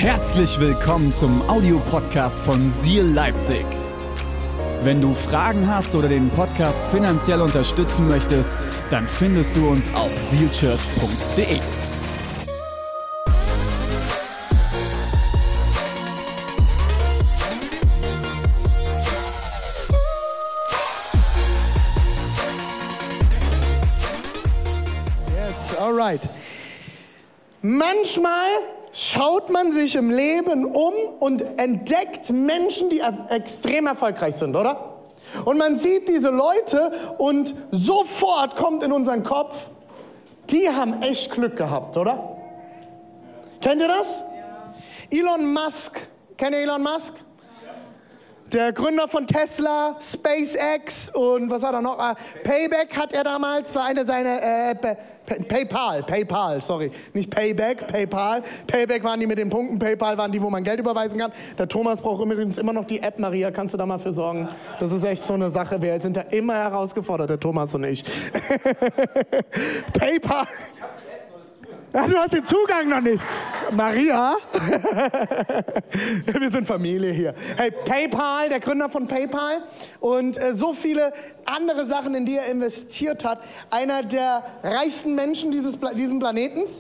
Herzlich willkommen zum Audiopodcast von Seal Leipzig. Wenn du Fragen hast oder den Podcast finanziell unterstützen möchtest, dann findest du uns auf sealchurch.de. Yes, alright. Manchmal schaut man sich im Leben um und entdeckt Menschen, die extrem erfolgreich sind, oder? Und man sieht diese Leute und sofort kommt in unseren Kopf, die haben echt Glück gehabt, oder? Kennt ihr das? Ja. Elon Musk, kennt ihr Elon Musk? Der Gründer von Tesla, SpaceX und was hat er noch? Payback hat er damals, war eine seiner, PayPal, sorry, nicht Payback, PayPal. Payback waren die mit den Punkten, PayPal waren die, wo man Geld überweisen kann. Der Thomas braucht übrigens immer noch die App, Maria, kannst du da mal für sorgen? Das ist echt so eine Sache, wir sind da immer herausgefordert, der Thomas und ich. PayPal. Ja, du hast den Zugang noch nicht. Maria, wir sind Familie hier. Hey, PayPal, der Gründer von PayPal und so viele andere Sachen, in die er investiert hat. Einer der reichsten Menschen dieses Planetens,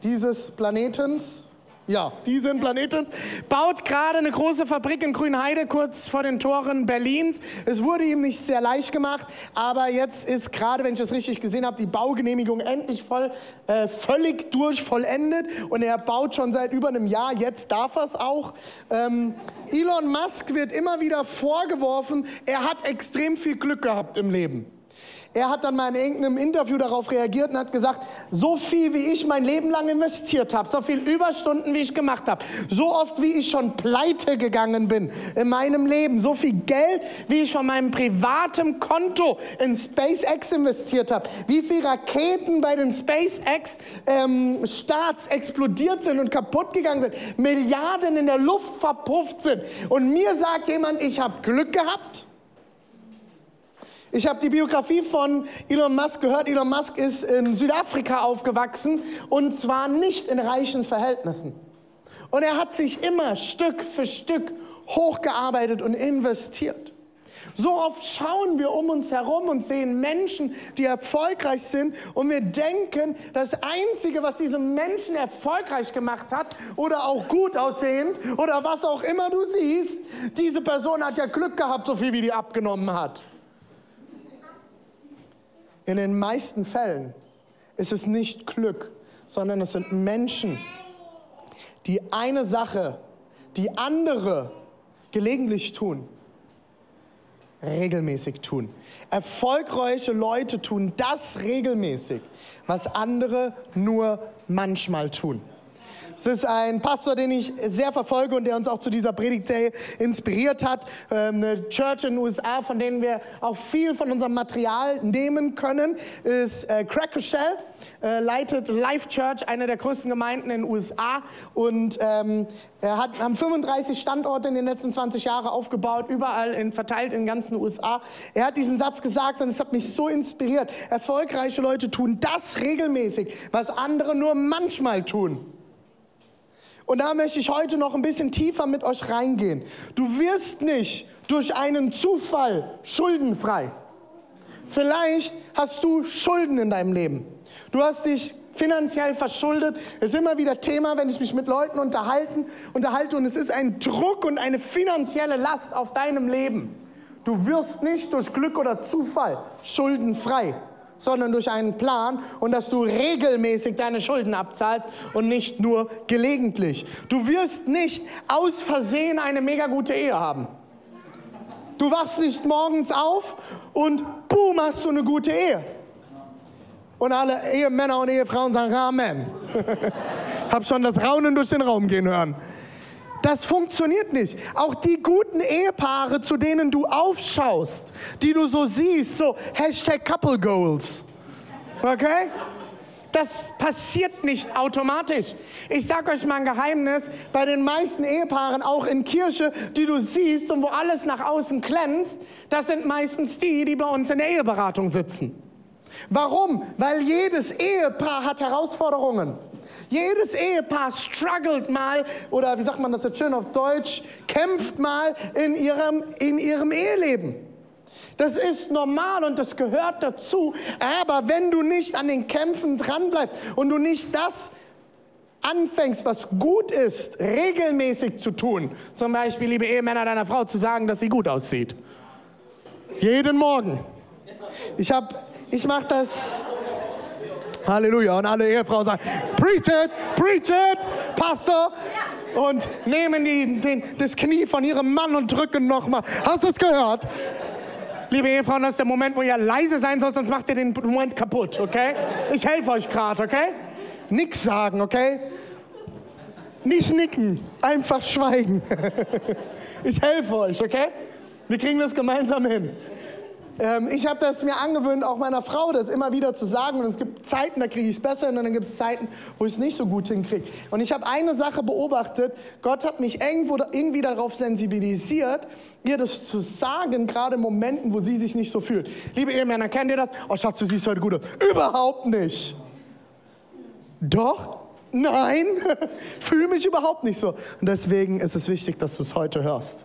baut gerade eine große Fabrik in Grünheide, kurz vor den Toren Berlins. Es wurde ihm nicht sehr leicht gemacht, aber jetzt ist gerade, wenn ich das richtig gesehen habe, die Baugenehmigung endlich völlig vollendet und er baut schon seit über einem Jahr, jetzt darf er es auch. Elon Musk wird immer wieder vorgeworfen, er hat extrem viel Glück gehabt im Leben. Er hat dann mal in irgendeinem Interview darauf reagiert und hat gesagt, so viel wie ich mein Leben lang investiert habe, so viel Überstunden wie ich gemacht habe, so oft wie ich schon pleite gegangen bin in meinem Leben, so viel Geld wie ich von meinem privaten Konto in SpaceX investiert habe, wie viele Raketen bei den SpaceX Starts explodiert sind und kaputt gegangen sind, Milliarden in der Luft verpufft sind und mir sagt jemand, ich habe Glück gehabt. Ich habe die Biografie von Elon Musk gehört. Elon Musk ist in Südafrika aufgewachsen und zwar nicht in reichen Verhältnissen. Und er hat sich immer Stück für Stück hochgearbeitet und investiert. So oft schauen wir um uns herum und sehen Menschen, die erfolgreich sind und wir denken, das Einzige, was diese Menschen erfolgreich gemacht hat oder auch gut aussehend oder was auch immer du siehst, diese Person hat ja Glück gehabt, so viel wie die abgenommen hat. In den meisten Fällen ist es nicht Glück, sondern es sind Menschen, die eine Sache, die andere gelegentlich tun, regelmäßig tun. Erfolgreiche Leute tun das regelmäßig, was andere nur manchmal tun. Es ist ein Pastor, den ich sehr verfolge und der uns auch zu dieser Predigtserie inspiriert hat. Eine Church in den USA, von denen wir auch viel von unserem Material nehmen können, ist Cracker Shell, leitet Life Church, eine der größten Gemeinden in den USA. Und haben 35 Standorte in den letzten 20 Jahren aufgebaut, überall verteilt in den ganzen USA. Er hat diesen Satz gesagt und es hat mich so inspiriert. Erfolgreiche Leute tun das regelmäßig, was andere nur manchmal tun. Und da möchte ich heute noch ein bisschen tiefer mit euch reingehen. Du wirst nicht durch einen Zufall schuldenfrei. Vielleicht hast du Schulden in deinem Leben. Du hast dich finanziell verschuldet. Es ist immer wieder Thema, wenn ich mich mit Leuten unterhalte und es ist ein Druck und eine finanzielle Last auf deinem Leben. Du wirst nicht durch Glück oder Zufall schuldenfrei, sondern durch einen Plan und dass du regelmäßig deine Schulden abzahlst und nicht nur gelegentlich. Du wirst nicht aus Versehen eine mega gute Ehe haben. Du wachst nicht morgens auf und boom, hast du eine gute Ehe. Und alle Ehemänner und Ehefrauen sagen Amen. Hab schon das Raunen durch den Raum gehen hören. Das funktioniert nicht. Auch die guten Ehepaare, zu denen du aufschaust, die du so siehst, so #Couple Goals. Okay? Das passiert nicht automatisch. Ich sage euch mal ein Geheimnis, bei den meisten Ehepaaren, auch in Kirche, die du siehst und wo alles nach außen glänzt, das sind meistens die bei uns in der Eheberatung sitzen. Warum? Weil jedes Ehepaar hat Herausforderungen. Jedes Ehepaar struggelt mal, oder wie sagt man das jetzt schön auf Deutsch, kämpft mal in ihrem Eheleben. Das ist normal und das gehört dazu. Aber wenn du nicht an den Kämpfen dranbleibst und du nicht das anfängst, was gut ist, regelmäßig zu tun, zum Beispiel, liebe Ehemänner, deiner Frau zu sagen, dass sie gut aussieht. Jeden Morgen. Ich mache das. Halleluja. Und alle Ehefrauen sagen, preach it, Pastor. Und nehmen das Knie von ihrem Mann und drücken nochmal. Hast du es gehört? Liebe Ehefrauen, das ist der Moment, wo ihr leise sein sollt, sonst macht ihr den Moment kaputt, okay? Ich helfe euch gerade, okay? Nix sagen, okay? Nicht nicken, einfach schweigen. Ich helfe euch, okay? Wir kriegen das gemeinsam hin. Ich habe das mir angewöhnt, auch meiner Frau das immer wieder zu sagen. Und es gibt Zeiten, da kriege ich es besser hin, und dann gibt es Zeiten, wo ich es nicht so gut hinkriege. Und ich habe eine Sache beobachtet. Gott hat mich irgendwie darauf sensibilisiert, ihr das zu sagen, gerade in Momenten, wo sie sich nicht so fühlt. Liebe Ehemänner, kennt ihr das? Oh Schatz, du siehst heute gut aus. Überhaupt nicht. Doch? Nein. Fühle mich überhaupt nicht so. Und deswegen ist es wichtig, dass du es heute hörst.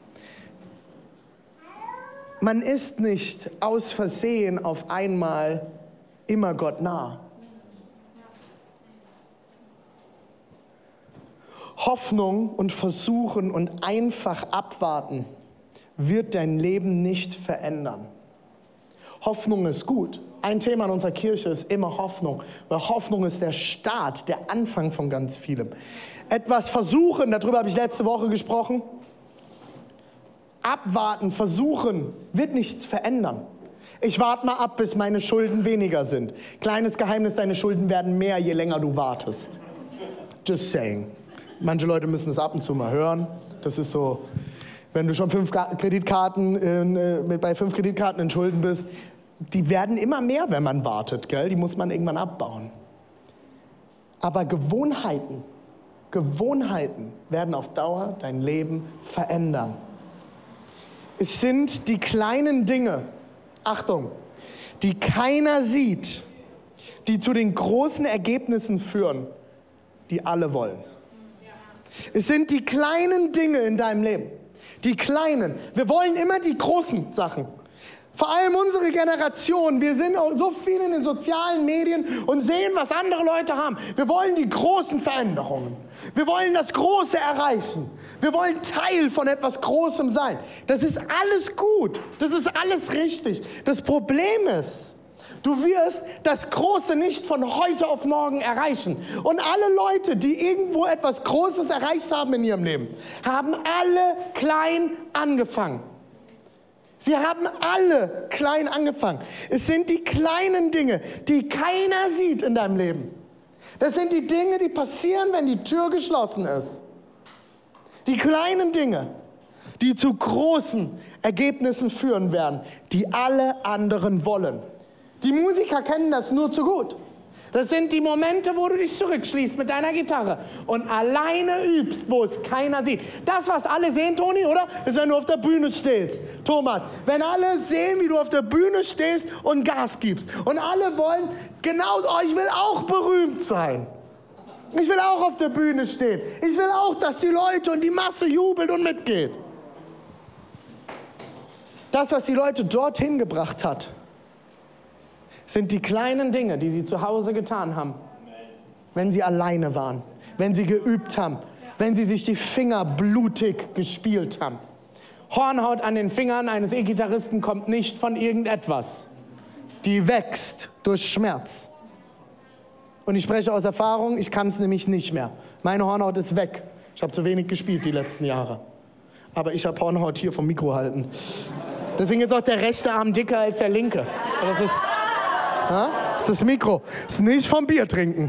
Man ist nicht aus Versehen auf einmal immer Gott nah. Hoffnung und Versuchen und einfach abwarten wird dein Leben nicht verändern. Hoffnung ist gut. Ein Thema in unserer Kirche ist immer Hoffnung, weil Hoffnung ist der Start, der Anfang von ganz vielem. Etwas versuchen, darüber habe ich letzte Woche gesprochen. Abwarten, versuchen, wird nichts verändern. Ich warte mal ab, bis meine Schulden weniger sind. Kleines Geheimnis, deine Schulden werden mehr, je länger du wartest. Just saying. Manche Leute müssen es ab und zu mal hören. Das ist so, wenn du schon bei 5 Kreditkarten in Schulden bist, die werden immer mehr, wenn man wartet, gell? Die muss man irgendwann abbauen. Aber Gewohnheiten werden auf Dauer dein Leben verändern. Es sind die kleinen Dinge, Achtung, die keiner sieht, die zu den großen Ergebnissen führen, die alle wollen. Es sind die kleinen Dinge in deinem Leben, die kleinen. Wir wollen immer die großen Sachen. Vor allem unsere Generation, wir sind so viel in den sozialen Medien und sehen, was andere Leute haben. Wir wollen die großen Veränderungen. Wir wollen das Große erreichen. Wir wollen Teil von etwas Großem sein. Das ist alles gut. Das ist alles richtig. Das Problem ist, du wirst das Große nicht von heute auf morgen erreichen. Und alle Leute, die irgendwo etwas Großes erreicht haben in ihrem Leben, haben alle klein angefangen. Sie haben alle klein angefangen. Es sind die kleinen Dinge, die keiner sieht in deinem Leben. Das sind die Dinge, die passieren, wenn die Tür geschlossen ist. Die kleinen Dinge, die zu großen Ergebnissen führen werden, die alle anderen wollen. Die Musiker kennen das nur zu gut. Das sind die Momente, wo du dich zurückschließt mit deiner Gitarre und alleine übst, wo es keiner sieht. Das, was alle sehen, Toni, oder? Ist, wenn du auf der Bühne stehst. Thomas, wenn alle sehen, wie du auf der Bühne stehst und Gas gibst. Und alle wollen genau, ich will auch berühmt sein. Ich will auch auf der Bühne stehen. Ich will auch, dass die Leute und die Masse jubelt und mitgeht. Das, was die Leute dorthin gebracht hat, sind die kleinen Dinge, die sie zu Hause getan haben, wenn sie alleine waren, wenn sie geübt haben, wenn sie sich die Finger blutig gespielt haben. Hornhaut an den Fingern eines E-Gitarristen kommt nicht von irgendetwas. Die wächst durch Schmerz. Und ich spreche aus Erfahrung, ich kann es nämlich nicht mehr. Meine Hornhaut ist weg. Ich habe zu wenig gespielt die letzten Jahre. Aber ich habe Hornhaut hier vom Mikro halten. Deswegen ist auch der rechte Arm dicker als der linke. Das ist... Das ist das Mikro. Das ist nicht vom Bier trinken.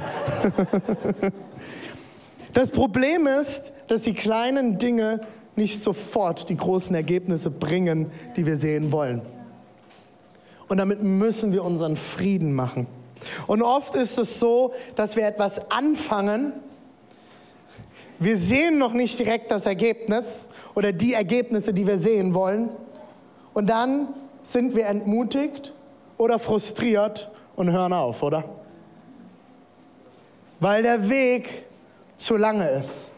Das Problem ist, dass die kleinen Dinge nicht sofort die großen Ergebnisse bringen, die wir sehen wollen. Und damit müssen wir unseren Frieden machen. Und oft ist es so, dass wir etwas anfangen, wir sehen noch nicht direkt das Ergebnis oder die Ergebnisse, die wir sehen wollen. Und dann sind wir entmutigt oder frustriert und hören auf, oder? weil der Weg zu lange ist.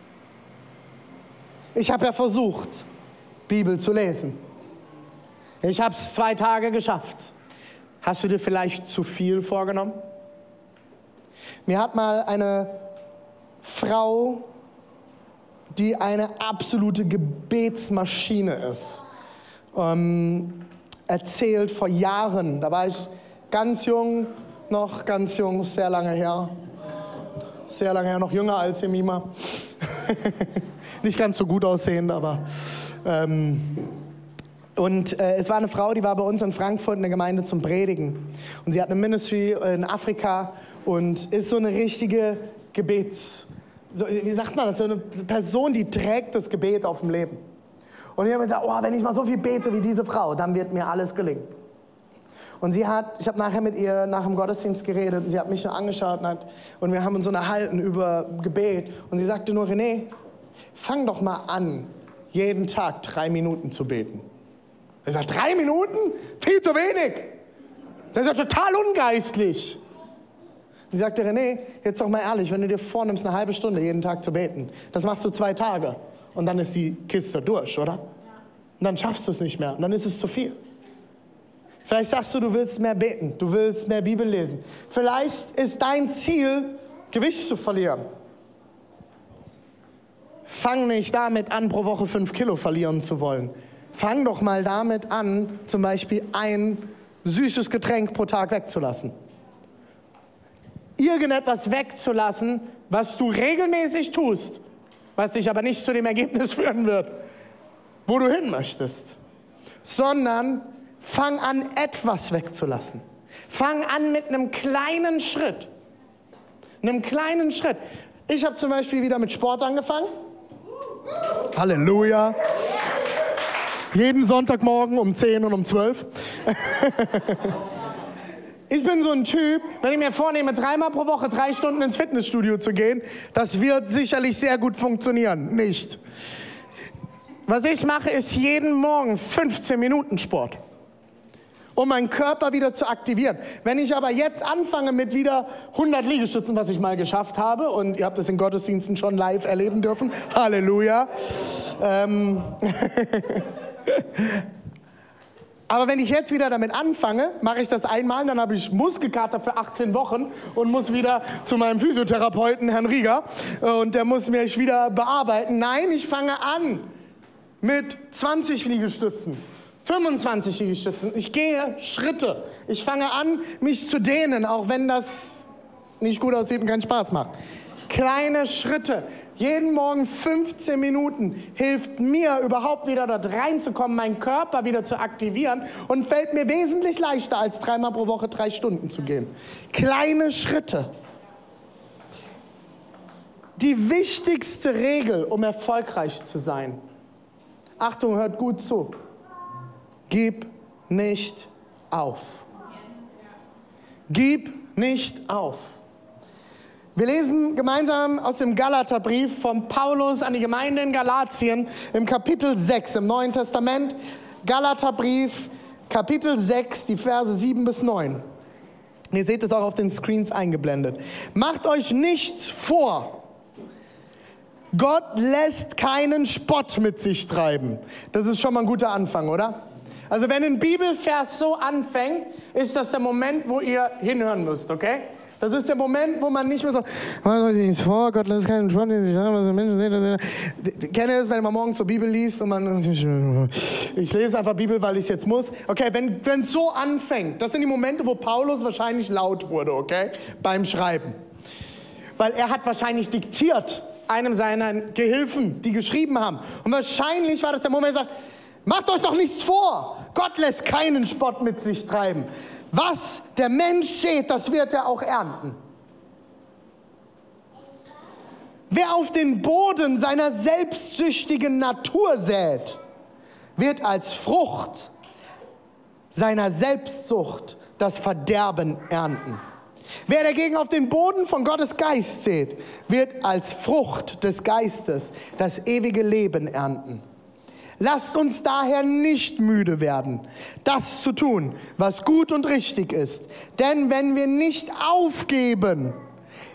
Ich habe ja versucht, Bibel zu lesen. Ich habe es 2 Tage geschafft. Hast du dir vielleicht zu viel vorgenommen? Mir hat mal eine Frau, die eine absolute Gebetsmaschine ist, erzählt vor Jahren. Da war ich ganz jung, noch ganz jung, sehr lange her. Sehr lange her, noch jünger als Jemima. Nicht ganz so gut aussehend, aber... es war eine Frau, die war bei uns in Frankfurt in der Gemeinde zum Predigen. Und sie hat eine Ministry in Afrika und ist so eine richtige wie sagt man das, so eine Person, die trägt das Gebet auf dem Leben. Und ich habe gesagt, wenn ich mal so viel bete wie diese Frau, dann wird mir alles gelingen. Und ich habe nachher mit ihr nach dem Gottesdienst geredet und sie hat mich nur angeschaut und wir haben uns unterhalten über Gebet. Und sie sagte nur, René, fang doch mal an, jeden Tag 3 Minuten zu beten. Ich sage, 3 Minuten? Viel zu wenig. Das ist ja total ungeistlich. Sie sagte, René, jetzt doch mal ehrlich, wenn du dir vornimmst, eine halbe Stunde jeden Tag zu beten, das machst du 2 Tage und dann ist die Kiste durch, oder? Und dann schaffst du es nicht mehr und dann ist es zu viel. Vielleicht sagst du willst mehr beten, du willst mehr Bibel lesen. Vielleicht ist dein Ziel, Gewicht zu verlieren. Fang nicht damit an, pro Woche 5 Kilo verlieren zu wollen. Fang doch mal damit an, zum Beispiel ein süßes Getränk pro Tag wegzulassen. Irgendetwas wegzulassen, was du regelmäßig tust, was dich aber nicht zu dem Ergebnis führen wird, wo du hin möchtest. Sondern fang an, etwas wegzulassen. Fang an mit einem kleinen Schritt. Einem kleinen Schritt. Ich habe zum Beispiel wieder mit Sport angefangen. Halleluja. Jeden Sonntagmorgen um 10 und um 12. Ich bin so ein Typ, wenn ich mir vornehme, 3-mal pro Woche 3 Stunden ins Fitnessstudio zu gehen, das wird sicherlich sehr gut funktionieren. Nicht. Was ich mache, ist jeden Morgen 15 Minuten Sport, um meinen Körper wieder zu aktivieren. Wenn ich aber jetzt anfange mit wieder 100 Liegestützen, was ich mal geschafft habe, und ihr habt das in Gottesdiensten schon live erleben dürfen, Halleluja. Aber wenn ich jetzt wieder damit anfange, mache ich das einmal, dann habe ich Muskelkater für 18 Wochen und muss wieder zu meinem Physiotherapeuten, Herrn Rieger, und der muss mich wieder bearbeiten. Nein, ich fange an mit 20 Liegestützen, 25 Liegestützen. Ich gehe Schritte. Ich fange an, mich zu dehnen, auch wenn das nicht gut aussieht und keinen Spaß macht. Kleine Schritte. Jeden Morgen 15 Minuten hilft mir, überhaupt wieder dort reinzukommen, meinen Körper wieder zu aktivieren und fällt mir wesentlich leichter, als 3-mal pro Woche 3 Stunden zu gehen. Kleine Schritte. Die wichtigste Regel, um erfolgreich zu sein. Achtung, hört gut zu. Gib nicht auf. Gib nicht auf. Wir lesen gemeinsam aus dem Galaterbrief von Paulus an die Gemeinde in Galatien im Kapitel 6 im Neuen Testament. Galaterbrief, Kapitel 6, die Verse 7 bis 9. Ihr seht es auch auf den Screens eingeblendet. Macht euch nichts vor. Gott lässt keinen Spott mit sich treiben. Das ist schon mal ein guter Anfang, oder? Also wenn ein Bibelvers so anfängt, ist das der Moment, wo ihr hinhören müsst, okay? Das ist der Moment, wo man nicht mehr so, macht euch nichts vor, Gott lässt keinen Spott mit sich treiben, was die Menschen sehen. Kennt ihr das, wenn man morgens so Bibel liest und man, ich lese einfach Bibel, weil ich es jetzt muss. Okay, wenn es so anfängt, das sind die Momente, wo Paulus wahrscheinlich laut wurde, okay, beim Schreiben. Weil er hat wahrscheinlich diktiert einem seiner Gehilfen, die geschrieben haben. Und wahrscheinlich war das der Moment, wo er sagt, macht euch doch nichts vor. Gott lässt keinen Spott mit sich treiben. Was der Mensch sät, das wird er auch ernten. Wer auf den Boden seiner selbstsüchtigen Natur sät, wird als Frucht seiner Selbstsucht das Verderben ernten. Wer dagegen auf den Boden von Gottes Geist sät, wird als Frucht des Geistes das ewige Leben ernten. Lasst uns daher nicht müde werden, das zu tun, was gut und richtig ist. Denn wenn wir nicht aufgeben,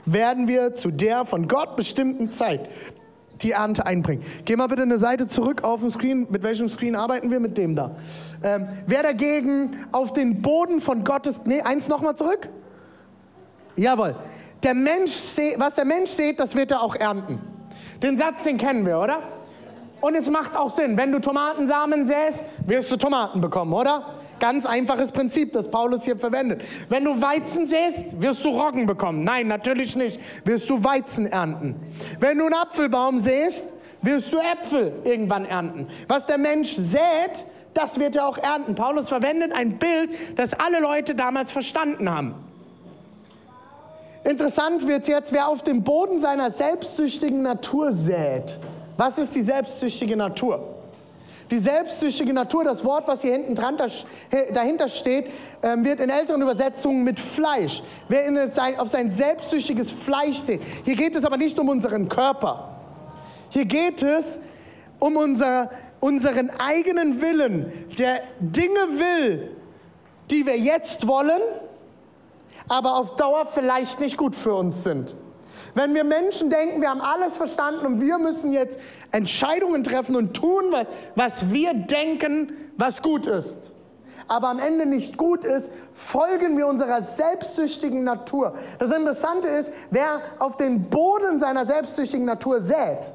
werden wir zu der von Gott bestimmten Zeit die Ernte einbringen. Geh mal bitte eine Seite zurück auf den Screen. Mit welchem Screen arbeiten wir? Mit dem da. Wer dagegen auf den Boden von Gottes... eins nochmal zurück. Jawohl. Was der Mensch sät, das wird er auch ernten. Den Satz, den kennen wir, oder? Und es macht auch Sinn. Wenn du Tomatensamen säst, wirst du Tomaten bekommen, oder? Ganz einfaches Prinzip, das Paulus hier verwendet. Wenn du Weizen säst, wirst du Roggen bekommen. Nein, natürlich nicht. Wirst du Weizen ernten. Wenn du einen Apfelbaum säst, wirst du Äpfel irgendwann ernten. Was der Mensch sät, das wird er auch ernten. Paulus verwendet ein Bild, das alle Leute damals verstanden haben. Interessant wird jetzt, wer auf dem Boden seiner selbstsüchtigen Natur sät. Was ist die selbstsüchtige Natur? Die selbstsüchtige Natur, das Wort, was hier hinten dran dahinter steht, wird in älteren Übersetzungen mit Fleisch. Wer auf sein selbstsüchtiges Fleisch sät. Hier geht es aber nicht um unseren Körper. Hier geht es um unseren eigenen Willen, der Dinge will, die wir jetzt wollen, aber auf Dauer vielleicht nicht gut für uns sind. Wenn wir Menschen denken, wir haben alles verstanden und wir müssen jetzt Entscheidungen treffen und tun, was wir denken, was gut ist, aber am Ende nicht gut ist, folgen wir unserer selbstsüchtigen Natur. Das Interessante ist, wer auf den Boden seiner selbstsüchtigen Natur sät,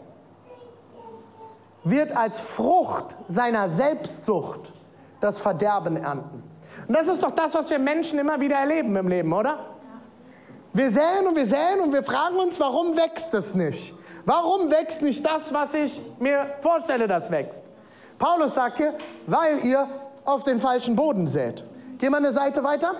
wird als Frucht seiner Selbstsucht das Verderben ernten. Und das ist doch das, was wir Menschen immer wieder erleben im Leben, oder? Wir säen und wir fragen uns, warum wächst es nicht? Warum wächst nicht das, was ich mir vorstelle, das wächst? Paulus sagt hier, weil ihr auf den falschen Boden sät. Gehen wir eine Seite weiter.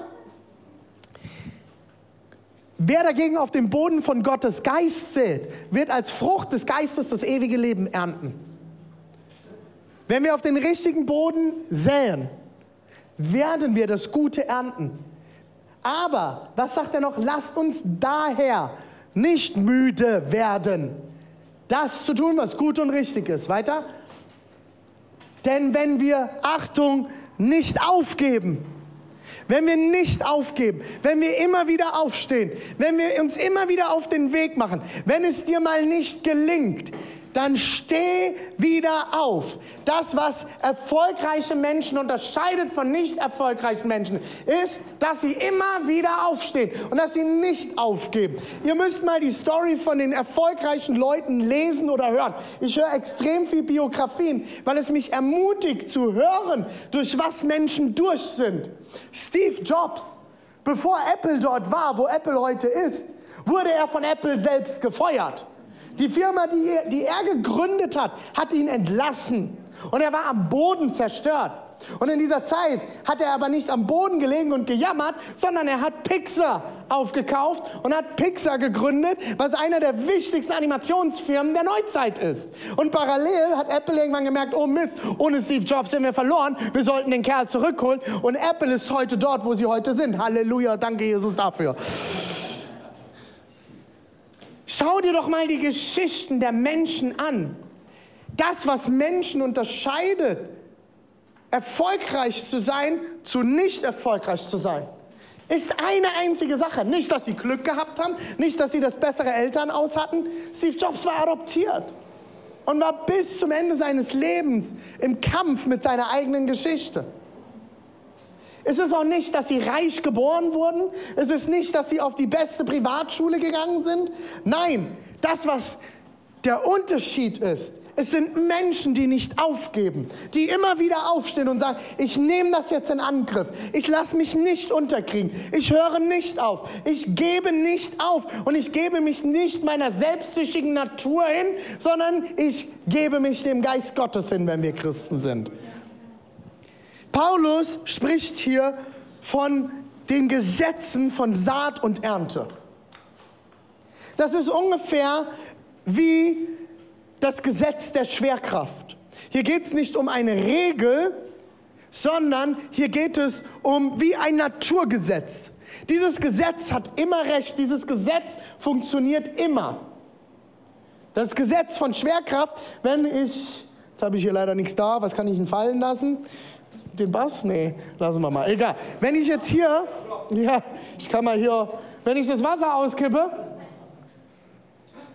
Wer dagegen auf dem Boden von Gottes Geist sät, wird als Frucht des Geistes das ewige Leben ernten. Wenn wir auf den richtigen Boden säen, werden wir das Gute ernten. Aber, was sagt er noch? Lasst uns daher nicht müde werden, das zu tun, was gut und richtig ist. Weiter. Denn wenn wir, Achtung, nicht aufgeben, wenn wir immer wieder aufstehen, wenn wir uns immer wieder auf den Weg machen, wenn es dir mal nicht gelingt, dann steh wieder auf. Das, was erfolgreiche Menschen unterscheidet von nicht erfolgreichen Menschen, ist, dass sie immer wieder aufstehen und dass sie nicht aufgeben. Ihr müsst mal die Story von den erfolgreichen Leuten lesen oder hören. Ich höre extrem viel Biografien, weil es mich ermutigt zu hören, durch was Menschen durch sind. Steve Jobs, bevor Apple dort war, wo Apple heute ist, wurde er von Apple selbst gefeuert. Die Firma, die er gegründet hat, hat ihn entlassen. Und er war am Boden zerstört. Und in dieser Zeit hat er aber nicht am Boden gelegen und gejammert, sondern er hat Pixar aufgekauft und hat Pixar gegründet, was einer der wichtigsten Animationsfirmen der Neuzeit ist. Und parallel hat Apple irgendwann gemerkt, oh Mist, ohne Steve Jobs sind wir verloren, wir sollten den Kerl zurückholen. Und Apple ist heute dort, wo sie heute sind. Halleluja, danke Jesus dafür. Schau dir doch mal die Geschichten der Menschen an. Das, was Menschen unterscheidet, erfolgreich zu sein, zu nicht erfolgreich zu sein, ist eine einzige Sache. Nicht, dass sie Glück gehabt haben, nicht, dass sie das bessere Elternhaus hatten. Steve Jobs war adoptiert und war bis zum Ende seines Lebens im Kampf mit seiner eigenen Geschichte. Es ist auch nicht, dass sie reich geboren wurden. Es ist nicht, dass sie auf die beste Privatschule gegangen sind. Nein, das, was der Unterschied ist, es sind Menschen, die nicht aufgeben, die immer wieder aufstehen und sagen, ich nehme das jetzt in Angriff. Ich lasse mich nicht unterkriegen. Ich höre nicht auf. Ich gebe nicht auf. Und ich gebe mich nicht meiner selbstsüchtigen Natur hin, sondern ich gebe mich dem Geist Gottes hin, wenn wir Christen sind. Paulus spricht hier von den Gesetzen von Saat und Ernte. Das ist ungefähr wie das Gesetz der Schwerkraft. Hier geht es nicht um eine Regel, sondern hier geht es um wie ein Naturgesetz. Dieses Gesetz hat immer recht, dieses Gesetz funktioniert immer. Das Gesetz von Schwerkraft, jetzt habe ich hier leider nichts da, was kann ich denn fallen lassen? Den Bass? Nee, lassen wir mal. Egal. Wenn ich jetzt hier, wenn ich das Wasser auskippe,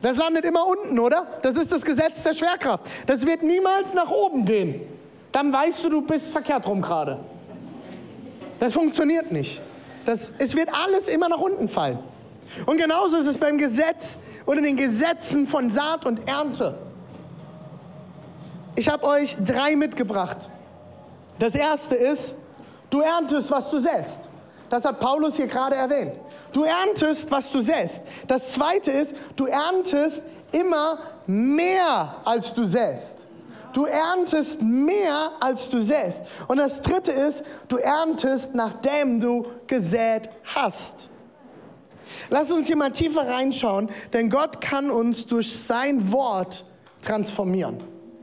Das landet immer unten, oder? Das ist das Gesetz der Schwerkraft. Das wird niemals nach oben gehen. Dann weißt du, du bist verkehrt rum gerade. Das funktioniert nicht. Es wird alles immer nach unten fallen. Und genauso ist es beim Gesetz oder den Gesetzen von Saat und Ernte. Ich habe euch 3 mitgebracht. Das erste ist, du erntest, was du säst. Das hat Paulus hier gerade erwähnt. Du erntest, was du säst. Das zweite ist, du erntest immer mehr, als du säst. Du erntest mehr, als du säst. Und das dritte ist, du erntest, nachdem du gesät hast. Lass uns hier mal tiefer reinschauen, denn Gott kann uns durch sein Wort transformieren.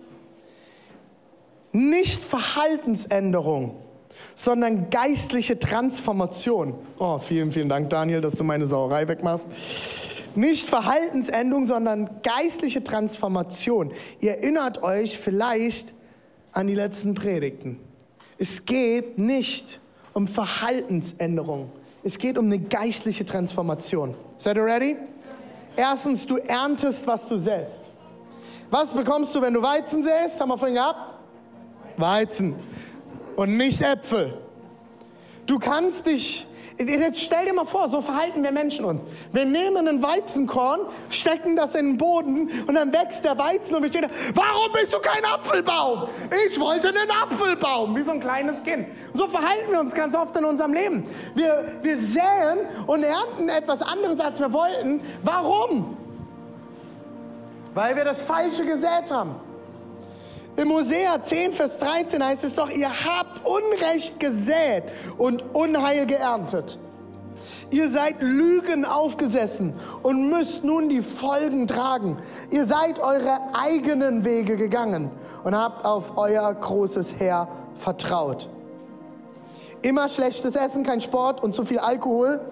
Nicht Verhaltensänderung, sondern geistliche Transformation. Oh, vielen, vielen Dank, Daniel, dass du meine Sauerei wegmachst. Nicht Verhaltensänderung, sondern geistliche Transformation. Ihr erinnert euch vielleicht an die letzten Predigten. Es geht nicht um Verhaltensänderung. Es geht um eine geistliche Transformation. Seid ihr ready? Erstens, du erntest, was du säst. Was bekommst du, wenn du Weizen säst? Haben wir vorhin gehabt? Weizen. Und nicht Äpfel. Du kannst dich... Jetzt stell dir mal vor, so verhalten wir Menschen uns. Wir nehmen ein Weizenkorn, stecken das in den Boden und dann wächst der Weizen und wir stehen da, warum bist du kein Apfelbaum? Ich wollte einen Apfelbaum, wie so ein kleines Kind. Und so verhalten wir uns ganz oft in unserem Leben. Wir säen und ernten etwas anderes, als wir wollten. Warum? Weil wir das Falsche gesät haben. Im Hosea 10, Vers 13 heißt es doch, ihr habt Unrecht gesät und Unheil geerntet. Ihr seid Lügen aufgesessen und müsst nun die Folgen tragen. Ihr seid eure eigenen Wege gegangen und habt auf euer großes Heer vertraut. Immer schlechtes Essen, kein Sport und zu viel Alkohol.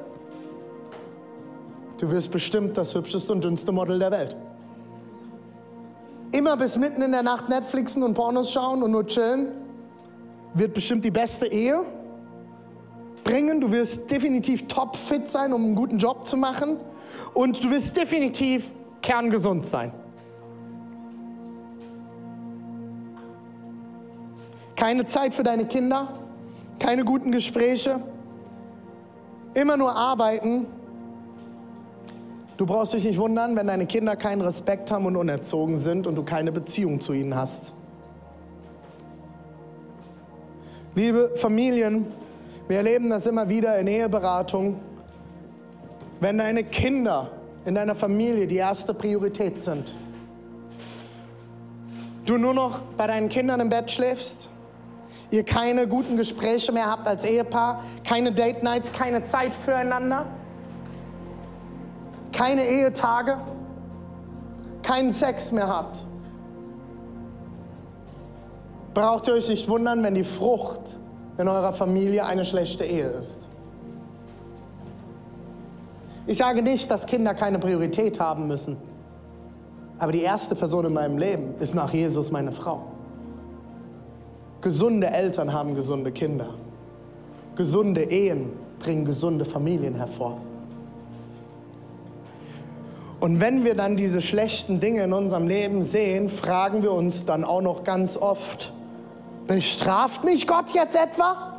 Du wirst bestimmt das hübscheste und dünnste Model der Welt. Immer bis mitten in der Nacht Netflixen und Pornos schauen und nur chillen, wird bestimmt die beste Ehe bringen. Du wirst definitiv topfit sein, um einen guten Job zu machen. Und du wirst definitiv kerngesund sein. Keine Zeit für deine Kinder, keine guten Gespräche, immer nur arbeiten. Du brauchst dich nicht wundern, wenn deine Kinder keinen Respekt haben und unerzogen sind und du keine Beziehung zu ihnen hast. Liebe Familien, wir erleben das immer wieder in Eheberatung. Wenn deine Kinder in deiner Familie die erste Priorität sind, du nur noch bei deinen Kindern im Bett schläfst, ihr keine guten Gespräche mehr habt als Ehepaar, keine Date Nights, keine Zeit füreinander, keine Ehetage, keinen Sex mehr habt, braucht ihr euch nicht wundern, wenn die Frucht in eurer Familie eine schlechte Ehe ist. Ich sage nicht, dass Kinder keine Priorität haben müssen, aber die erste Person in meinem Leben ist nach Jesus meine Frau. Gesunde Eltern haben gesunde Kinder. Gesunde Ehen bringen gesunde Familien hervor. Und wenn wir dann diese schlechten Dinge in unserem Leben sehen, fragen wir uns dann auch noch ganz oft, bestraft mich Gott jetzt etwa?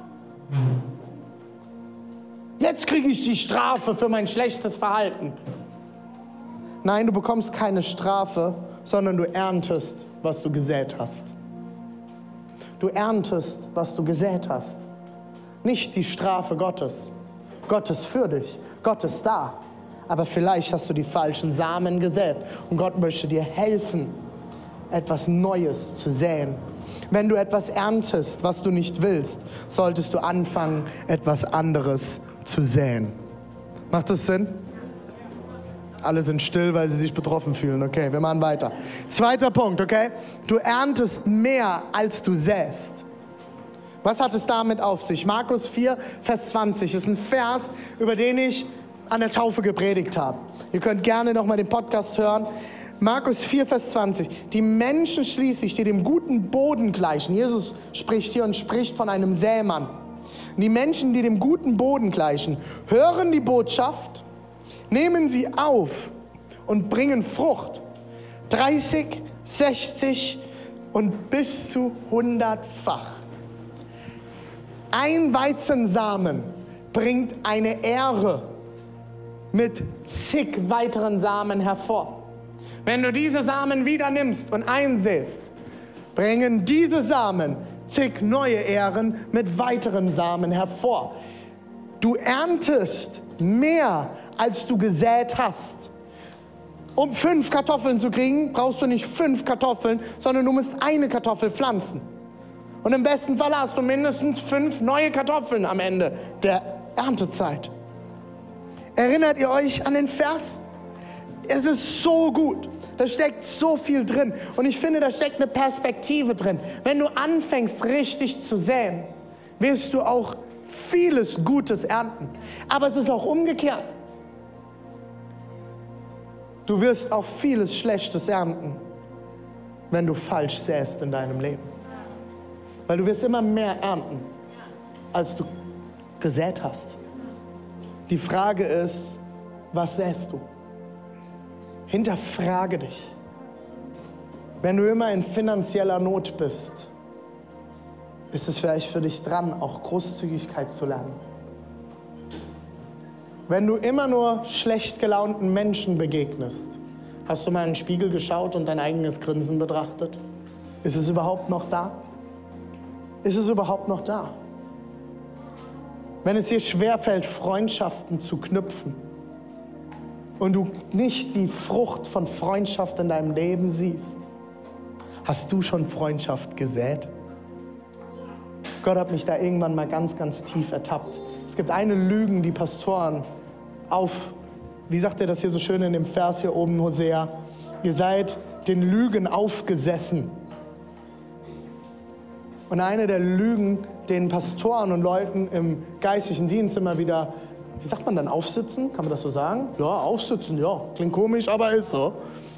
Jetzt kriege ich die Strafe für mein schlechtes Verhalten. Nein, du bekommst keine Strafe, sondern du erntest, was du gesät hast. Du erntest, was du gesät hast. Nicht die Strafe Gottes. Gott ist für dich. Gott ist da. Aber vielleicht hast du die falschen Samen gesät und Gott möchte dir helfen, etwas Neues zu säen. Wenn du etwas erntest, was du nicht willst, solltest du anfangen, etwas anderes zu säen. Macht das Sinn? Alle sind still, weil sie sich betroffen fühlen. Okay, wir machen weiter. Zweiter Punkt, okay? Du erntest mehr, als du säst. Was hat es damit auf sich? Markus 4, Vers 20 ist ein Vers, über den ich an der Taufe gepredigt habe. Ihr könnt gerne noch mal den Podcast hören. Markus 4, Vers 20. Die Menschen schließlich, die dem guten Boden gleichen. Jesus spricht hier und spricht von einem Sämann. Die Menschen, die dem guten Boden gleichen, hören die Botschaft, nehmen sie auf und bringen Frucht. 30, 60 und bis zu 100-fach. Ein Weizensamen bringt eine Ähre mit zig weiteren Samen hervor. Wenn du diese Samen wieder nimmst und einsäst, bringen diese Samen zig neue Ähren mit weiteren Samen hervor. Du erntest mehr, als du gesät hast. Um 5 Kartoffeln zu kriegen, brauchst du nicht 5 Kartoffeln, sondern du musst eine Kartoffel pflanzen. Und im besten Fall hast du mindestens 5 neue Kartoffeln am Ende der Erntezeit. Erinnert ihr euch an den Vers? Es ist so gut. Da steckt so viel drin. Und ich finde, da steckt eine Perspektive drin. Wenn du anfängst, richtig zu säen, wirst du auch vieles Gutes ernten. Aber es ist auch umgekehrt. Du wirst auch vieles Schlechtes ernten, wenn du falsch säst in deinem Leben. Weil du wirst immer mehr ernten, als du gesät hast. Die Frage ist, was säst du? Hinterfrage dich. Wenn du immer in finanzieller Not bist, ist es vielleicht für dich dran, auch Großzügigkeit zu lernen. Wenn du immer nur schlecht gelaunten Menschen begegnest, hast du mal in den Spiegel geschaut und dein eigenes Grinsen betrachtet? Ist es überhaupt noch da? Ist es überhaupt noch da? Wenn es dir schwerfällt, Freundschaften zu knüpfen und du nicht die Frucht von Freundschaft in deinem Leben siehst, hast du schon Freundschaft gesät? Gott hat mich da irgendwann mal ganz, ganz tief ertappt. Es gibt eine Lüge, die Pastoren wie sagt er das hier so schön in dem Vers hier oben, Hosea? Ihr seid den Lügen aufgesessen. Und eine der Lügen, den Pastoren und Leuten im geistlichen Dienst immer wieder, wie sagt man dann, aufsitzen? Kann man das so sagen? Ja, aufsitzen, ja. Klingt komisch, aber ist so.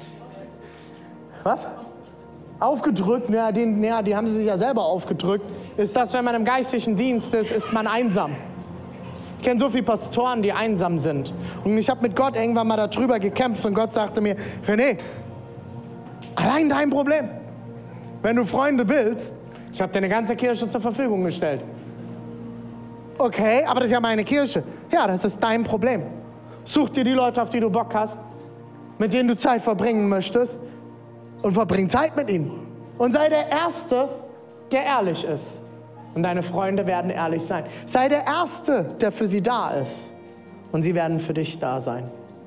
Was? Aufgedrückt, die haben sie sich ja selber aufgedrückt, ist das, wenn man im geistlichen Dienst ist man einsam. Ich kenne so viele Pastoren, die einsam sind. Und ich habe mit Gott irgendwann mal darüber gekämpft und Gott sagte mir, René, allein dein Problem. Wenn du Freunde willst, ich habe dir eine ganze Kirche zur Verfügung gestellt. Okay, aber das ist ja meine Kirche. Ja, das ist dein Problem. Such dir die Leute, auf die du Bock hast, mit denen du Zeit verbringen möchtest und verbring Zeit mit ihnen. Und sei der Erste, der ehrlich ist. Und deine Freunde werden ehrlich sein. Sei der Erste, der für sie da ist. Und sie werden für dich da sein.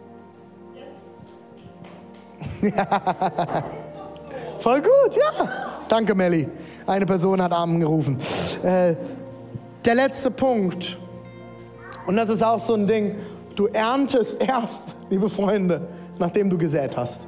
Ja. Voll gut, ja. Danke, Melli. Eine Person hat Amen gerufen. Der letzte Punkt. Und das ist auch so ein Ding. Du erntest erst, liebe Freunde, nachdem du gesät hast.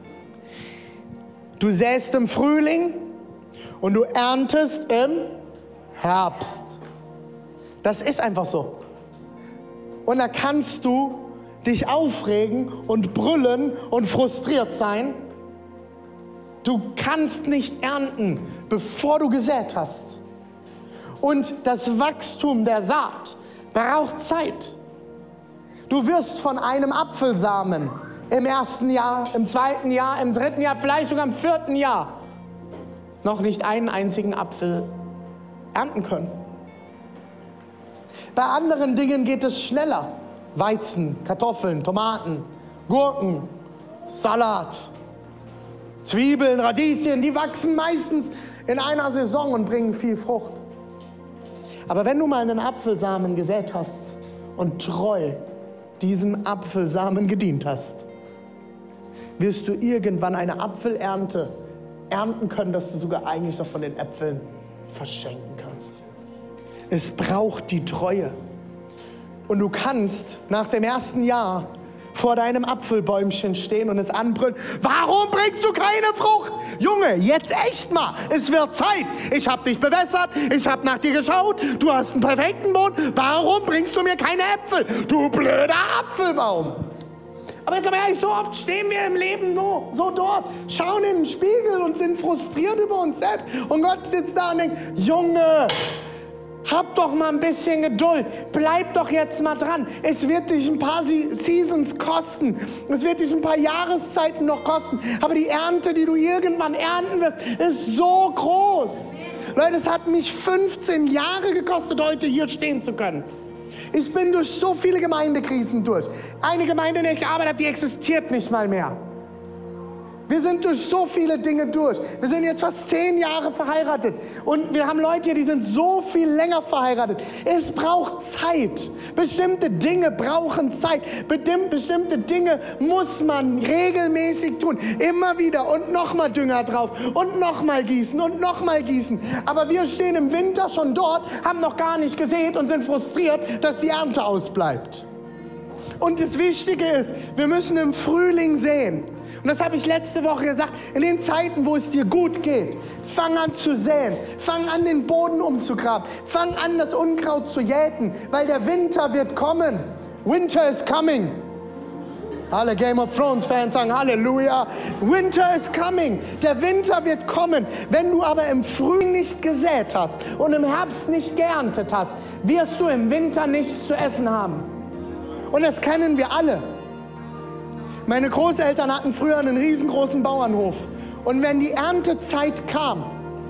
Du säst im Frühling und du erntest im Herbst. Das ist einfach so. Und da kannst du dich aufregen und brüllen und frustriert sein. Du kannst nicht ernten, bevor du gesät hast. Und das Wachstum der Saat braucht Zeit. Du wirst von einem Apfelsamen im 1. Jahr, im 2. Jahr, im 3. Jahr, vielleicht sogar im 4. Jahr noch nicht einen einzigen Apfel ernten können. Bei anderen Dingen geht es schneller. Weizen, Kartoffeln, Tomaten, Gurken, Salat, Zwiebeln, Radieschen, die wachsen meistens in einer Saison und bringen viel Frucht. Aber wenn du mal einen Apfelsamen gesät hast und treu diesem Apfelsamen gedient hast, wirst du irgendwann eine Apfelernte ernten können, dass du sogar eigentlich noch von den Äpfeln verschenken kannst. Es braucht die Treue. Und du kannst nach dem 1. Jahr vor deinem Apfelbäumchen stehen und es anbrüllen. Warum bringst du keine Frucht? Junge, jetzt echt mal. Es wird Zeit. Ich habe dich bewässert. Ich habe nach dir geschaut. Du hast einen perfekten Boden. Warum bringst du mir keine Äpfel? Du blöder Apfelbaum. Aber jetzt aber ehrlich, so oft stehen wir im Leben so dort, schauen in den Spiegel und sind frustriert über uns selbst. Und Gott sitzt da und denkt, Junge, Hab doch mal ein bisschen Geduld. Bleib doch jetzt mal dran. Es wird dich ein paar Seasons kosten. Es wird dich ein paar Jahreszeiten noch kosten. Aber die Ernte, die du irgendwann ernten wirst, ist so groß. Leute, es hat mich 15 Jahre gekostet, heute hier stehen zu können. Ich bin durch so viele Gemeindekrisen durch. Eine Gemeinde, in der ich gearbeitet habe, die existiert nicht mal mehr. Wir sind durch so viele Dinge durch. Wir sind jetzt fast 10 Jahre verheiratet. Und wir haben Leute hier, die sind so viel länger verheiratet. Es braucht Zeit. Bestimmte Dinge brauchen Zeit. Bestimmte Dinge muss man regelmäßig tun. Immer wieder und nochmal Dünger drauf und nochmal gießen und nochmal gießen. Aber wir stehen im Winter schon dort, haben noch gar nicht gesät und sind frustriert, dass die Ernte ausbleibt. Und das Wichtige ist, wir müssen im Frühling säen. Und das habe ich letzte Woche gesagt, in den Zeiten, wo es dir gut geht, fang an zu säen, fang an, den Boden umzugraben, fang an, das Unkraut zu jäten, weil der Winter wird kommen. Winter is coming. Alle Game of Thrones Fans sagen Halleluja. Winter is coming. Der Winter wird kommen. Wenn du aber im Frühling nicht gesät hast und im Herbst nicht geerntet hast, wirst du im Winter nichts zu essen haben. Und das kennen wir alle. Meine Großeltern hatten früher einen riesengroßen Bauernhof. Und wenn die Erntezeit kam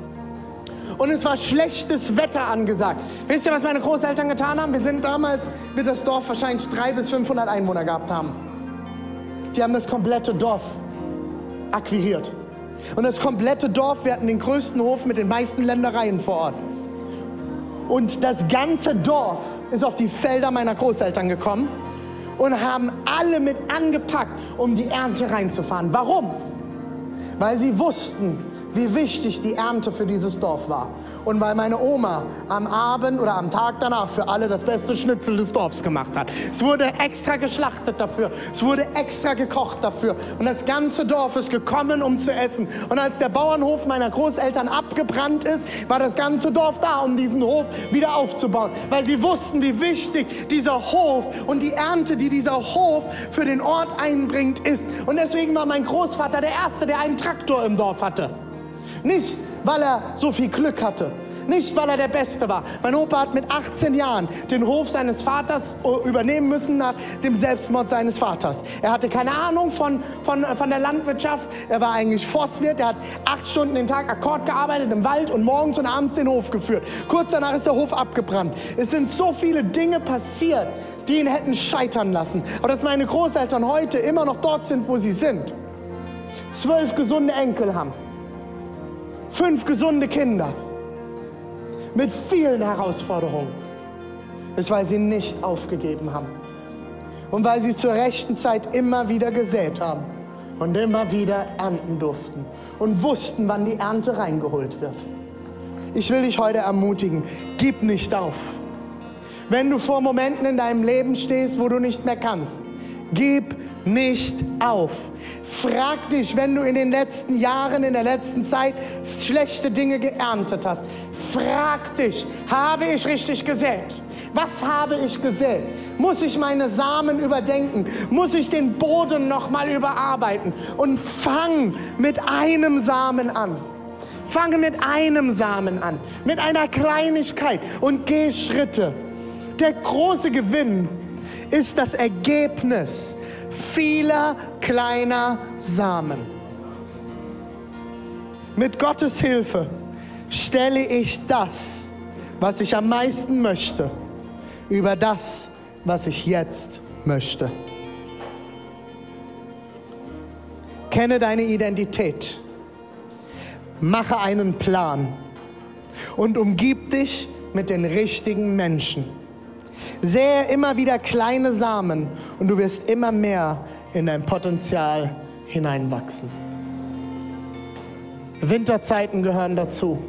und es war schlechtes Wetter angesagt, wisst ihr, was meine Großeltern getan haben? Wir sind damals, wird das Dorf wahrscheinlich 300 bis 500 Einwohner gehabt haben. Die haben das komplette Dorf akquiriert. Und das komplette Dorf, wir hatten den größten Hof mit den meisten Ländereien vor Ort. Und das ganze Dorf ist auf die Felder meiner Großeltern gekommen und haben alle mit angepackt, um die Ernte reinzufahren. Warum? Weil sie wussten, wie wichtig die Ernte für dieses Dorf war. Und weil meine Oma am Abend oder am Tag danach für alle das beste Schnitzel des Dorfs gemacht hat. Es wurde extra geschlachtet dafür. Es wurde extra gekocht dafür. Und das ganze Dorf ist gekommen, um zu essen. Und als der Bauernhof meiner Großeltern abgebrannt ist, war das ganze Dorf da, um diesen Hof wieder aufzubauen. Weil sie wussten, wie wichtig dieser Hof und die Ernte, die dieser Hof für den Ort einbringt, ist. Und deswegen war mein Großvater der Erste, der einen Traktor im Dorf hatte. Nicht, weil er so viel Glück hatte. Nicht, weil er der Beste war. Mein Opa hat mit 18 Jahren den Hof seines Vaters übernehmen müssen nach dem Selbstmord seines Vaters. Er hatte keine Ahnung von der Landwirtschaft. Er war eigentlich Forstwirt. Er hat 8 Stunden den Tag Akkord gearbeitet im Wald und morgens und abends den Hof geführt. Kurz danach ist der Hof abgebrannt. Es sind so viele Dinge passiert, die ihn hätten scheitern lassen. Aber dass meine Großeltern heute immer noch dort sind, wo sie sind. 12 gesunde Enkel haben. 5 gesunde Kinder mit vielen Herausforderungen, ist, weil sie nicht aufgegeben haben und weil sie zur rechten Zeit immer wieder gesät haben und immer wieder ernten durften und wussten, wann die Ernte reingeholt wird. Ich will dich heute ermutigen, gib nicht auf. Wenn du vor Momenten in deinem Leben stehst, wo du nicht mehr kannst, gib nicht auf. Frag dich, wenn du in den letzten Jahren, in der letzten Zeit schlechte Dinge geerntet hast. Frag dich, habe ich richtig gesät? Was habe ich gesät? Muss ich meine Samen überdenken? Muss ich den Boden nochmal überarbeiten? Und fang mit einem Samen an. Fange mit einem Samen an, mit einer Kleinigkeit und geh Schritte. Der große Gewinn ist das Ergebnis vieler kleiner Samen. Mit Gottes Hilfe stelle ich das, was ich am meisten möchte, über das, was ich jetzt möchte. Kenne deine Identität. Mache einen Plan und umgib dich mit den richtigen Menschen. Sähe immer wieder kleine Samen und du wirst immer mehr in dein Potenzial hineinwachsen. Winterzeiten gehören dazu.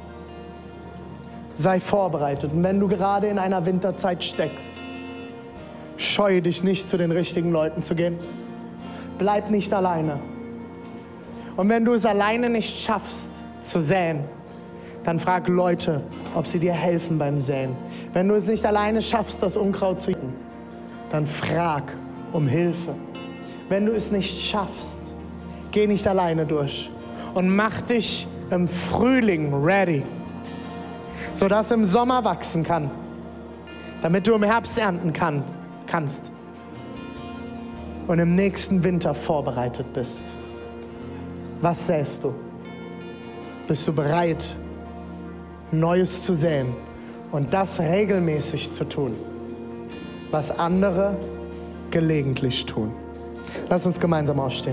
Sei vorbereitet. Und wenn du gerade in einer Winterzeit steckst, scheue dich nicht, zu den richtigen Leuten zu gehen. Bleib nicht alleine. Und wenn du es alleine nicht schaffst zu säen, dann frag Leute, ob sie dir helfen beim Säen. Wenn du es nicht alleine schaffst, das Unkraut zu jäten, dann frag um Hilfe. Wenn du es nicht schaffst, geh nicht alleine durch und mach dich im Frühling ready. sodass im Sommer wachsen kann, damit du im Herbst ernten kannst und im nächsten Winter vorbereitet bist. Was säst du? Bist du bereit, Neues zu säen und das regelmäßig zu tun, was andere gelegentlich tun? Lass uns gemeinsam aufstehen.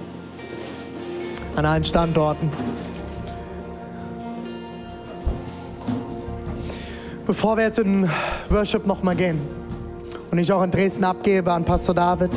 An allen Standorten. Bevor wir jetzt in Worship nochmal gehen und ich auch in Dresden abgebe an Pastor David,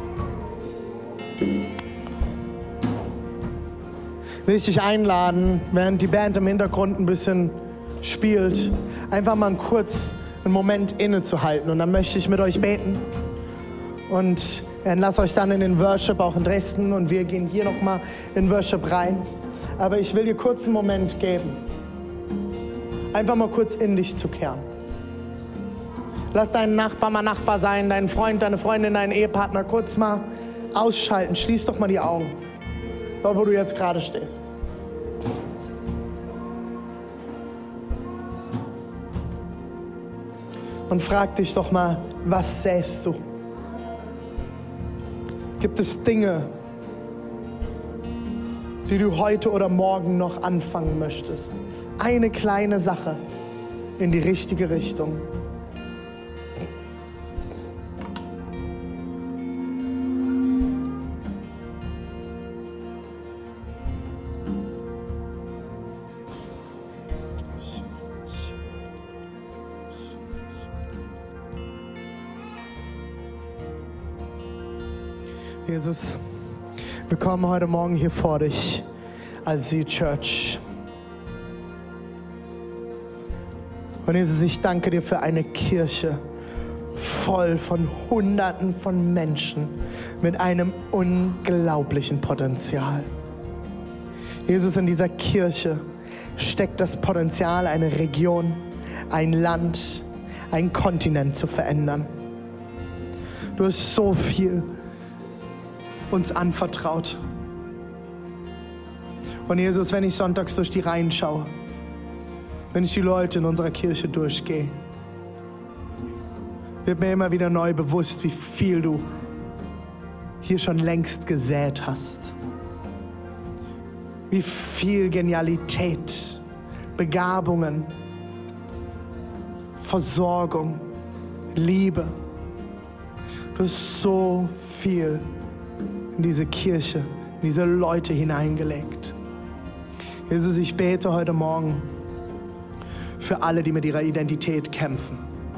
will ich dich einladen, während die Band im Hintergrund ein bisschen spielt, einfach mal kurz einen Moment innezuhalten. Und dann möchte ich mit euch beten und lass euch dann in den Worship auch in Dresden und wir gehen hier nochmal in Worship rein. Aber ich will dir kurz einen Moment geben, einfach mal kurz in dich zu kehren. Lass deinen Nachbar mal Nachbar sein, deinen Freund, deine Freundin, deinen Ehepartner kurz mal ausschalten. Schließ doch mal die Augen, dort wo du jetzt gerade stehst. Und frag dich doch mal, was sähst du? Gibt es Dinge, die du heute oder morgen noch anfangen möchtest? Eine kleine Sache in die richtige Richtung. Jesus, wir kommen heute Morgen hier vor dich als Seal Church. Und Jesus, ich danke dir für eine Kirche voll von Hunderten von Menschen mit einem unglaublichen Potenzial. Jesus, in dieser Kirche steckt das Potenzial, eine Region, ein Land, einen Kontinent zu verändern. Du hast so viel uns anvertraut. Und Jesus, wenn ich sonntags durch die Reihen schaue, wenn ich die Leute in unserer Kirche durchgehe, wird mir immer wieder neu bewusst, wie viel du hier schon längst gesät hast. Wie viel Genialität, Begabungen, Versorgung, Liebe. Du hast so viel in diese Kirche, in diese Leute hineingelegt. Jesus, ich bete heute Morgen für alle, die mit ihrer Identität kämpfen,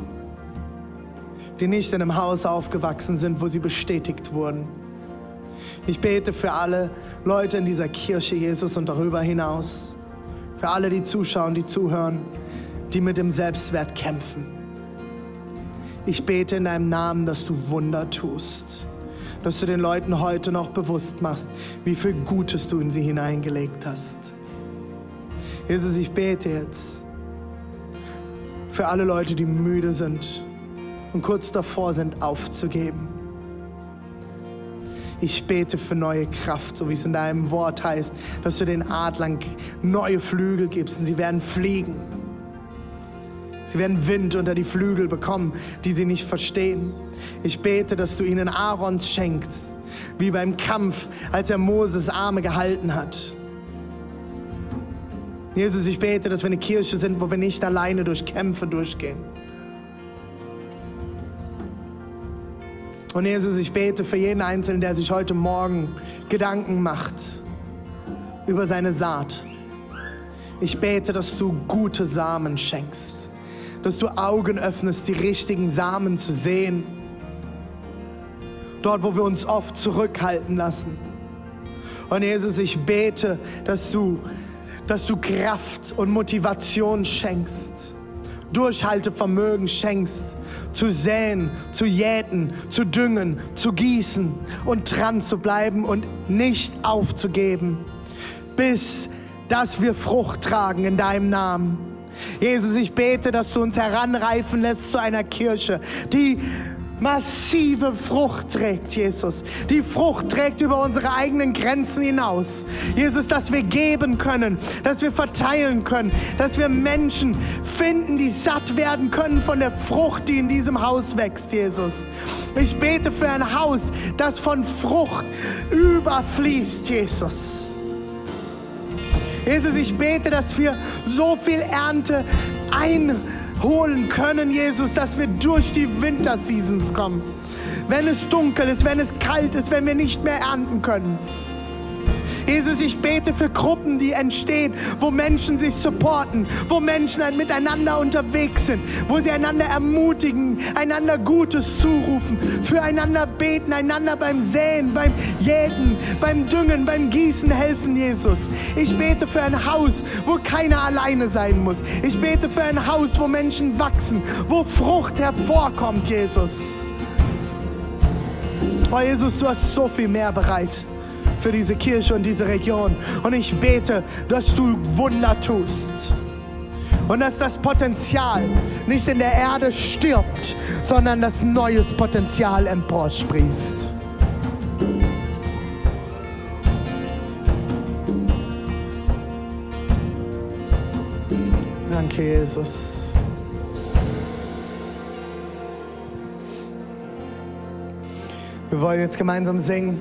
die nicht in einem Haus aufgewachsen sind, wo sie bestätigt wurden. Ich bete für alle Leute in dieser Kirche, Jesus, und darüber hinaus, für alle, die zuschauen, die zuhören, die mit dem Selbstwert kämpfen. Ich bete in deinem Namen, dass du Wunder tust, dass du den Leuten heute noch bewusst machst, wie viel Gutes du in sie hineingelegt hast. Jesus, ich bete jetzt für alle Leute, die müde sind und kurz davor sind, aufzugeben. Ich bete für neue Kraft, so wie es in deinem Wort heißt, dass du den Adlern neue Flügel gibst und sie werden fliegen. Sie werden Wind unter die Flügel bekommen, die sie nicht verstehen. Ich bete, dass du ihnen Aarons schenkst, wie beim Kampf, als er Moses Arme gehalten hat. Jesus, ich bete, dass wir eine Kirche sind, wo wir nicht alleine durch Kämpfe durchgehen. Und Jesus, ich bete für jeden Einzelnen, der sich heute Morgen Gedanken macht über seine Saat. Ich bete, dass du gute Samen schenkst, dass du Augen öffnest, die richtigen Samen zu sehen. Dort, wo wir uns oft zurückhalten lassen. Und Jesus, ich bete, dass du Kraft und Motivation schenkst, Durchhaltevermögen schenkst, zu säen, zu jäten, zu düngen, zu gießen und dran zu bleiben und nicht aufzugeben, bis dass wir Frucht tragen in deinem Namen. Jesus, ich bete, dass du uns heranreifen lässt zu einer Kirche, die massive Frucht trägt, Jesus. Die Frucht trägt über unsere eigenen Grenzen hinaus. Jesus, dass wir geben können, dass wir verteilen können, dass wir Menschen finden, die satt werden können von der Frucht, die in diesem Haus wächst, Jesus. Ich bete für ein Haus, das von Frucht überfließt, Jesus. Jesus, ich bete, dass wir so viel Ernte einholen können, Jesus, dass wir durch die Winterseasons kommen. Wenn es dunkel ist, wenn es kalt ist, wenn wir nicht mehr ernten können. Jesus, ich bete für Gruppen, die entstehen, wo Menschen sich supporten, wo Menschen miteinander unterwegs sind, wo sie einander ermutigen, einander Gutes zurufen, füreinander beten, einander beim Säen, beim Jäten, beim Düngen, beim Gießen helfen, Jesus. Ich bete für ein Haus, wo keiner alleine sein muss. Ich bete für ein Haus, wo Menschen wachsen, wo Frucht hervorkommt, Jesus. Oh Jesus, du hast so viel mehr bereit für diese Kirche und diese Region. Und ich bete, dass du Wunder tust. Und dass das Potenzial nicht in der Erde stirbt, sondern dass neues Potenzial emporsprießt. Danke, Jesus. Wir wollen jetzt gemeinsam singen.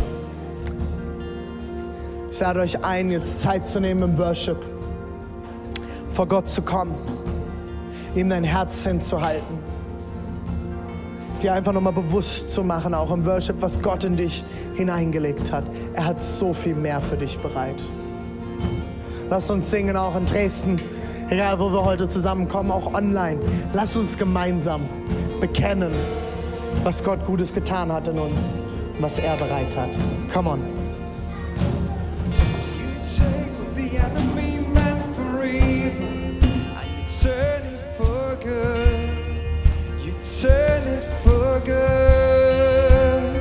Ich lade euch ein, jetzt Zeit zu nehmen im Worship, vor Gott zu kommen, ihm dein Herz hinzuhalten, dir einfach nochmal bewusst zu machen, auch im Worship, was Gott in dich hineingelegt hat. Er hat so viel mehr für dich bereit. Lasst uns singen, auch in Dresden, egal wo wir heute zusammenkommen, auch online. Lasst uns gemeinsam bekennen, was Gott Gutes getan hat in uns und was er bereit hat. Come on. Enemy meant for evil, and you turn it for good. You turn it for good.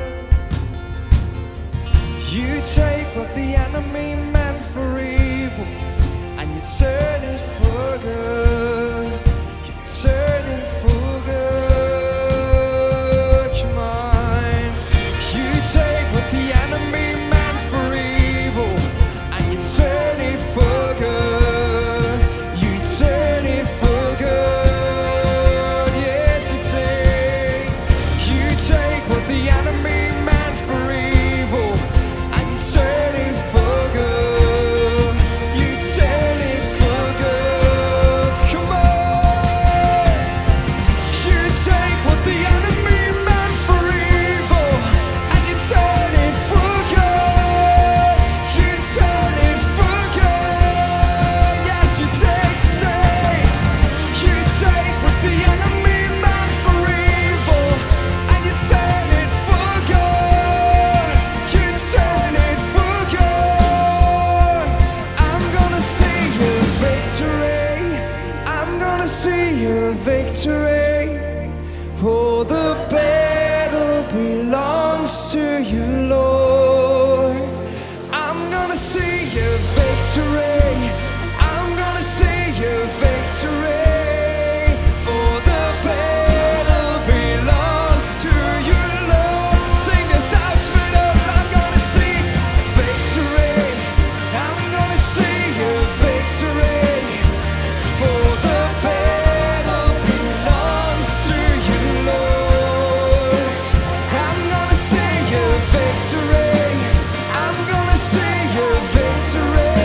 You take what the enemy meant for evil, and you turn it for good. You turn it for good. Come on. You take what the enemy meant for evil, and you turn it for good. You turn it for good. Yes, you take what the enemy meant for evil, and you turn it for good. You turn it for good. Come on. You take what the enemy meant for evil, and you turn it for good. You turn it for good. Yes, you take. You take what the enemy meant for evil, and you turn it for good. You turn it for good. I'm gonna see your victory. I'm gonna see your victory. For the battle belongs to you, Lord. I'm gonna see your victory. I'm gonna see your victory. For the battle belongs to you, Lord. Sing this out, spit out. I'm gonna see victory. I'm gonna see your victory. For the battle belongs to you, Lord. I'm gonna see your victory. I'm gonna see your victory.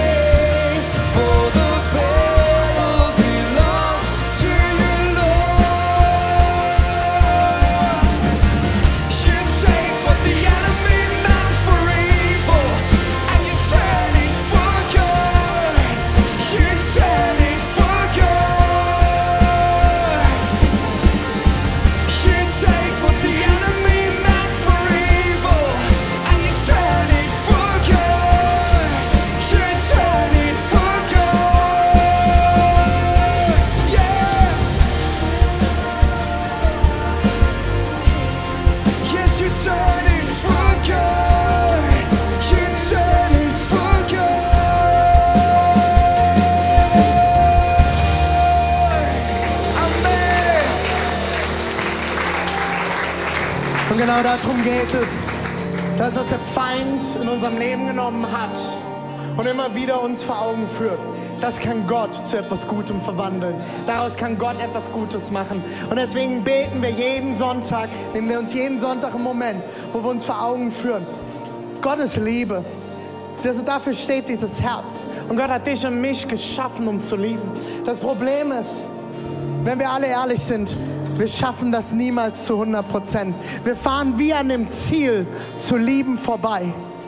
Genau darum geht es. Das, was der Feind in unserem Leben genommen hat und immer wieder uns vor Augen führt, das kann Gott zu etwas Gutem verwandeln. Daraus kann Gott etwas Gutes machen. Und deswegen beten wir jeden Sonntag, nehmen wir uns jeden Sonntag einen Moment, wo wir uns vor Augen führen. Gott ist Liebe. Dafür steht dieses Herz. Und Gott hat dich und mich geschaffen, um zu lieben. Das Problem ist, wenn wir alle ehrlich sind, wir schaffen das niemals zu 100%. Wir fahren wie an dem Ziel zu lieben vorbei.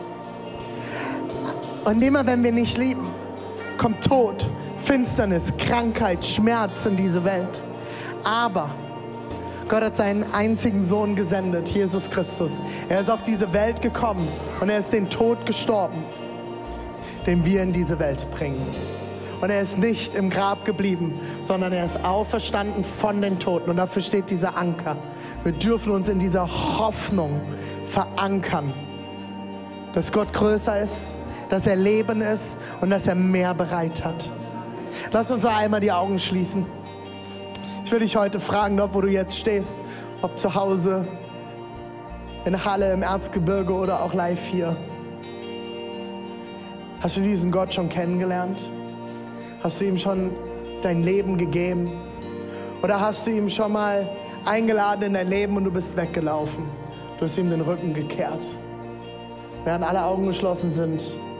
Und immer wenn wir nicht lieben, kommt Tod, Finsternis, Krankheit, Schmerz in diese Welt. Aber Gott hat seinen einzigen Sohn gesendet, Jesus Christus. Er ist auf diese Welt gekommen und er ist den Tod gestorben, den wir in diese Welt bringen. Und er ist nicht im Grab geblieben, sondern er ist auferstanden von den Toten. Und dafür steht dieser Anker. Wir dürfen uns in dieser Hoffnung verankern, dass Gott größer ist, dass er Leben ist und dass er mehr bereit hat. Lass uns einmal die Augen schließen. Ich will dich heute fragen, dort wo du jetzt stehst, ob zu Hause, in Halle, im Erzgebirge oder auch live hier. Hast du diesen Gott schon kennengelernt? Hast du ihm schon dein Leben gegeben? Oder hast du ihm schon mal eingeladen in dein Leben und du bist weggelaufen? Du hast ihm den Rücken gekehrt. Während alle Augen geschlossen sind,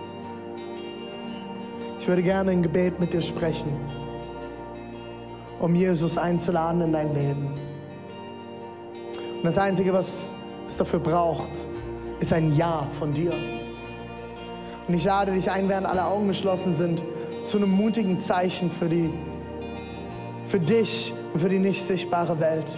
ich würde gerne ein Gebet mit dir sprechen, um Jesus einzuladen in dein Leben. Und das Einzige, was es dafür braucht, ist ein Ja von dir. Und ich lade dich ein, während alle Augen geschlossen sind, zu einem mutigen Zeichen für dich und für die nicht sichtbare Welt.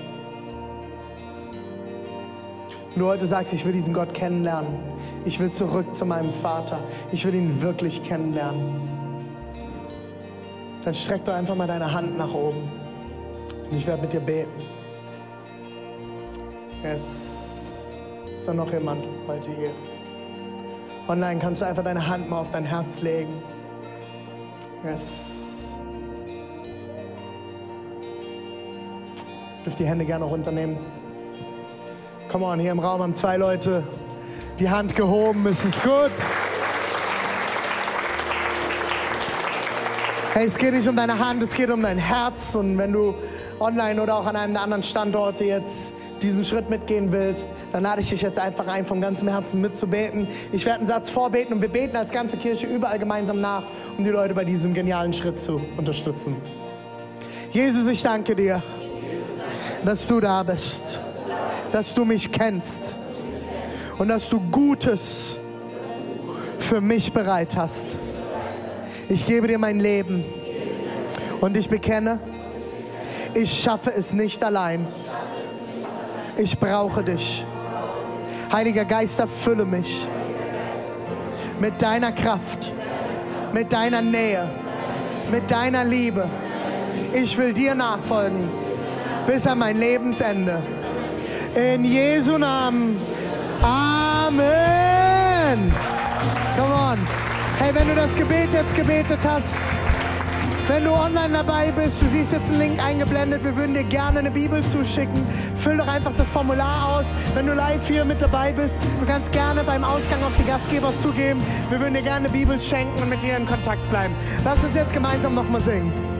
Wenn du heute sagst, ich will diesen Gott kennenlernen, ich will zurück zu meinem Vater, ich will ihn wirklich kennenlernen, dann streck doch einfach mal deine Hand nach oben und ich werde mit dir beten. Ist da noch jemand heute hier? Online kannst du einfach deine Hand mal auf dein Herz legen. Yes. Du dürft die Hände gerne runternehmen. Come on, hier im Raum haben 2 Leute die Hand gehoben. Es ist gut. Hey, es geht nicht um deine Hand, es geht um dein Herz. Und wenn du online oder auch an einem der anderen Standorte jetzt diesen Schritt mitgehen willst, dann lade ich dich jetzt einfach ein, vom ganzen Herzen mitzubeten. Ich werde einen Satz vorbeten und wir beten als ganze Kirche überall gemeinsam nach, um die Leute bei diesem genialen Schritt zu unterstützen. Jesus, ich danke dir, dass du da bist, dass du mich kennst und dass du Gutes für mich bereit hast. Ich gebe dir mein Leben und ich bekenne, ich schaffe es nicht allein. Ich brauche dich. Heiliger Geist, erfülle mich mit deiner Kraft, mit deiner Nähe, mit deiner Liebe. Ich will dir nachfolgen bis an mein Lebensende. In Jesu Namen. Amen. Come on. Hey, wenn du das Gebet jetzt gebetet hast, wenn du online dabei bist, du siehst jetzt einen Link eingeblendet, wir würden dir gerne eine Bibel zuschicken. Füll doch einfach das Formular aus. Wenn du live hier mit dabei bist, du kannst gerne beim Ausgang auf die Gastgeber zugeben. Wir würden dir gerne eine Bibel schenken und mit dir in Kontakt bleiben. Lass uns jetzt gemeinsam nochmal singen.